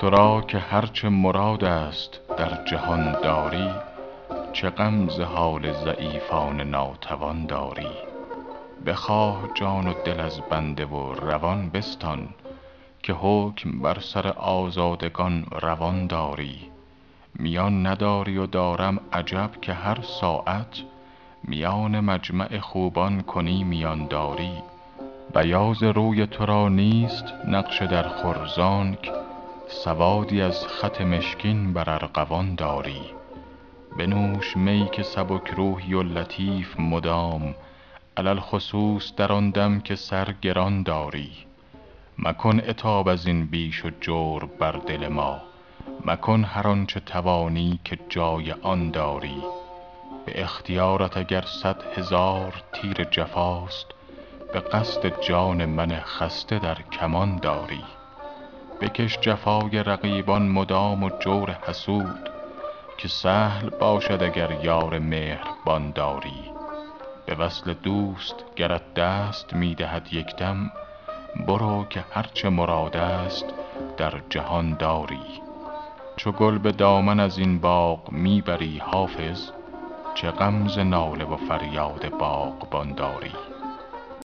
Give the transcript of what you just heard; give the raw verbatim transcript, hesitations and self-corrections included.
تو را که هرچه مراد است در جهان داری، چه غم ز حال ضعیفان ناتوان داری. بخواه جان و دل از بنده و روان بستان، که حکم بر سر آزادگان روان داری. میان نداری و دارم عجب که هر ساعت، میان مجمع خوبان کنی میان داری. بیاض روی تو را نیست نقش در خور، زانک سوادی از خط مشکین بر ارغوان داری. بنوش می که سبک روحی و لطیف مدام، علی الخصوص در آن دم که سر گران داری. مکن عتاب از این بیش و جور بر دل ما، مکن هر آنچه توانی که جای آن داری. به اختیارت اگر صد هزار تیر جفاست، به قصد جان من خسته در کمان داری. بکش جفای رقیبان مدام و جور حسود، که سهل باشد اگر یار مهربان داری. به وصل دوست گرت دست می دهد یک دم، برو که هرچه مراد است در جهان داری. چو گل به دامن از این باغ می بری حافظ، چه غم ز ناله و فریاد باغبان داری.